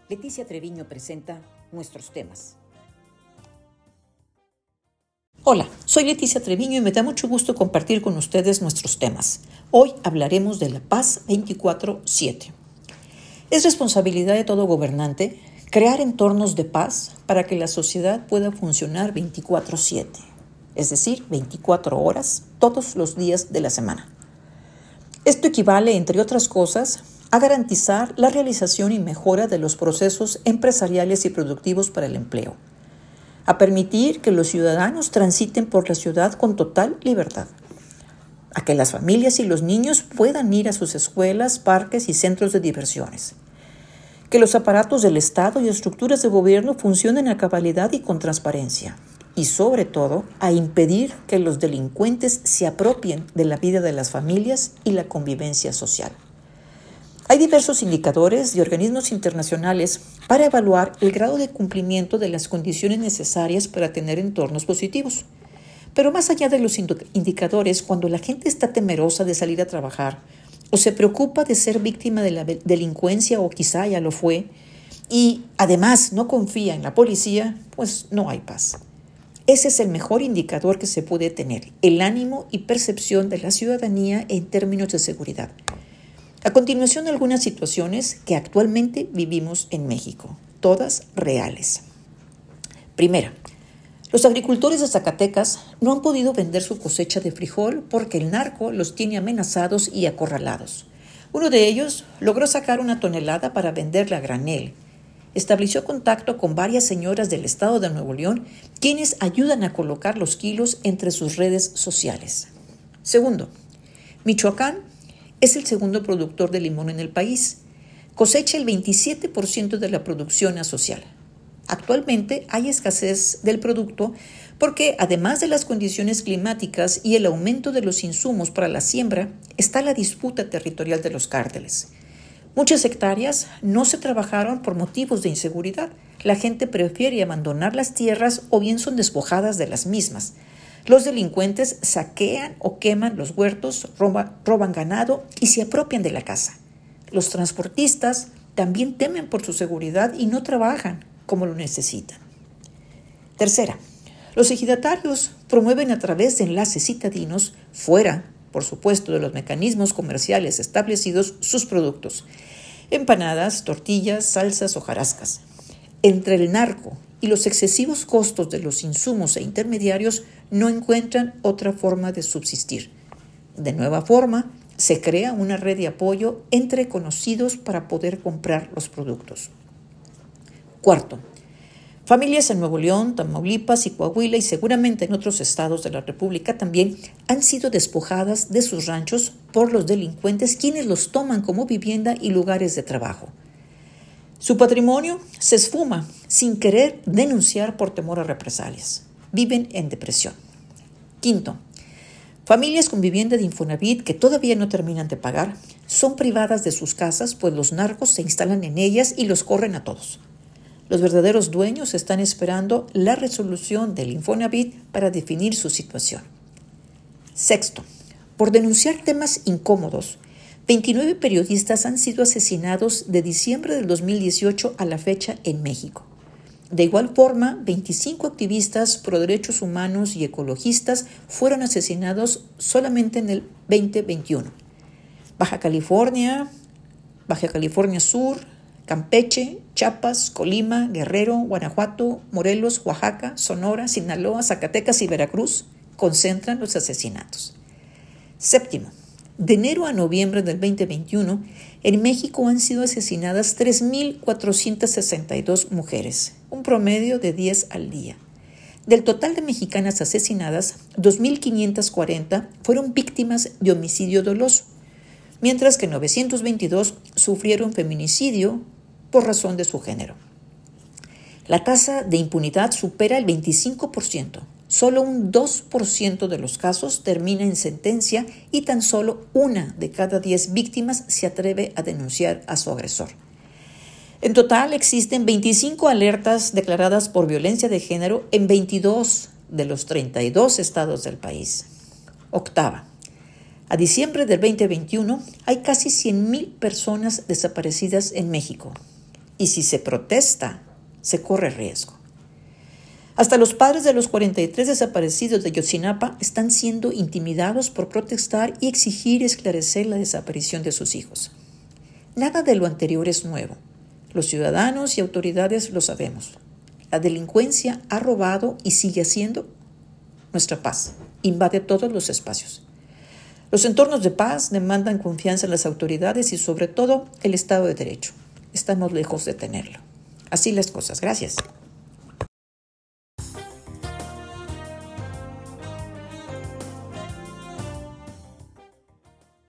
Leticia Treviño presenta nuestros temas. Hola, soy Leticia Treviño y me da mucho gusto compartir con ustedes nuestros temas. Hoy hablaremos de la paz 24/7. Es responsabilidad de todo gobernante crear entornos de paz para que la sociedad pueda funcionar 24/7, es decir, 24 horas todos los días de la semana. Esto equivale, entre otras cosas, a garantizar la realización y mejora de los procesos empresariales y productivos para el empleo, a permitir que los ciudadanos transiten por la ciudad con total libertad, a que las familias y los niños puedan ir a sus escuelas, parques y centros de diversiones, que los aparatos del Estado y estructuras de gobierno funcionen a cabalidad y con transparencia, y sobre todo a impedir que los delincuentes se apropien de la vida de las familias y la convivencia social. Hay diversos indicadores y organismos internacionales para evaluar el grado de cumplimiento de las condiciones necesarias para tener entornos positivos. Pero más allá de los indicadores, cuando la gente está temerosa de salir a trabajar o se preocupa de ser víctima de la delincuencia o quizá ya lo fue, y además no confía en la policía, pues no hay paz. Ese es el mejor indicador que se puede tener, el ánimo y percepción de la ciudadanía en términos de seguridad. A continuación, algunas situaciones que actualmente vivimos en México, todas reales. Primera, los agricultores de Zacatecas no han podido vender su cosecha de frijol porque el narco los tiene amenazados y acorralados. Uno de ellos logró sacar 1 tonelada para venderla a granel. Estableció contacto con varias señoras del estado de Nuevo León, quienes ayudan a colocar los kilos entre sus redes sociales. Segundo, Michoacán es el segundo productor de limón en el país. Cosecha el 27% de la producción asocial. Actualmente hay escasez del producto porque, además de las condiciones climáticas y el aumento de los insumos para la siembra, está la disputa territorial de los cárteles. Muchas hectáreas no se trabajaron por motivos de inseguridad. La gente prefiere abandonar las tierras o bien son despojadas de las mismas. Los delincuentes saquean o queman los huertos, roban ganado y se apropian de la casa. Los transportistas también temen por su seguridad y no trabajan como lo necesitan. Tercera, los ejidatarios promueven a través de enlaces citadinos, fuera, por supuesto, de los mecanismos comerciales establecidos, sus productos: empanadas, tortillas, salsas, hojarascas. Entre el narco y los excesivos costos de los insumos e intermediarios no encuentran otra forma de subsistir. De nueva forma, se crea una red de apoyo entre conocidos para poder comprar los productos. Cuarto, familias en Nuevo León, Tamaulipas y Coahuila y seguramente en otros estados de la República también han sido despojadas de sus ranchos por los delincuentes, quienes los toman como vivienda y lugares de trabajo. Su patrimonio se esfuma sin querer denunciar por temor a represalias. Viven en depresión. Quinto, familias con vivienda de Infonavit que todavía no terminan de pagar son privadas de sus casas, pues los narcos se instalan en ellas y los corren a todos. Los verdaderos dueños están esperando la resolución del Infonavit para definir su situación. Sexto, por denunciar temas incómodos, 29 periodistas han sido asesinados de diciembre del 2018 a la fecha en México. De igual forma, 25 activistas pro derechos humanos y ecologistas fueron asesinados solamente en el 2021. Baja California Sur, Campeche, Chiapas, Colima, Guerrero, Guanajuato, Morelos, Oaxaca, Sonora, Sinaloa, Zacatecas y Veracruz concentran los asesinatos. Séptimo, de enero a noviembre del 2021, en México han sido asesinadas 3,462 mujeres, un promedio de 10 al día. Del total de mexicanas asesinadas, 2,540 fueron víctimas de homicidio doloso, mientras que 922 sufrieron feminicidio por razón de su género. La tasa de impunidad supera el 25%. Solo un 2% de los casos termina en sentencia y tan solo 1 de cada 10 víctimas se atreve a denunciar a su agresor. En total existen 25 alertas declaradas por violencia de género en 22 de los 32 estados del país. Octava, a diciembre del 2021 hay casi 100,000 personas desaparecidas en México. y si se protesta, se corre riesgo. Hasta los padres de los 43 desaparecidos de Yotzinapa están siendo intimidados por protestar y exigir esclarecer la desaparición de sus hijos. Nada de lo anterior es nuevo. Los ciudadanos y autoridades lo sabemos. La delincuencia ha robado y sigue haciendo nuestra paz. Invade todos los espacios. Los entornos de paz demandan confianza en las autoridades y sobre todo el Estado de Derecho. Estamos lejos de tenerlo. Así las cosas. Gracias.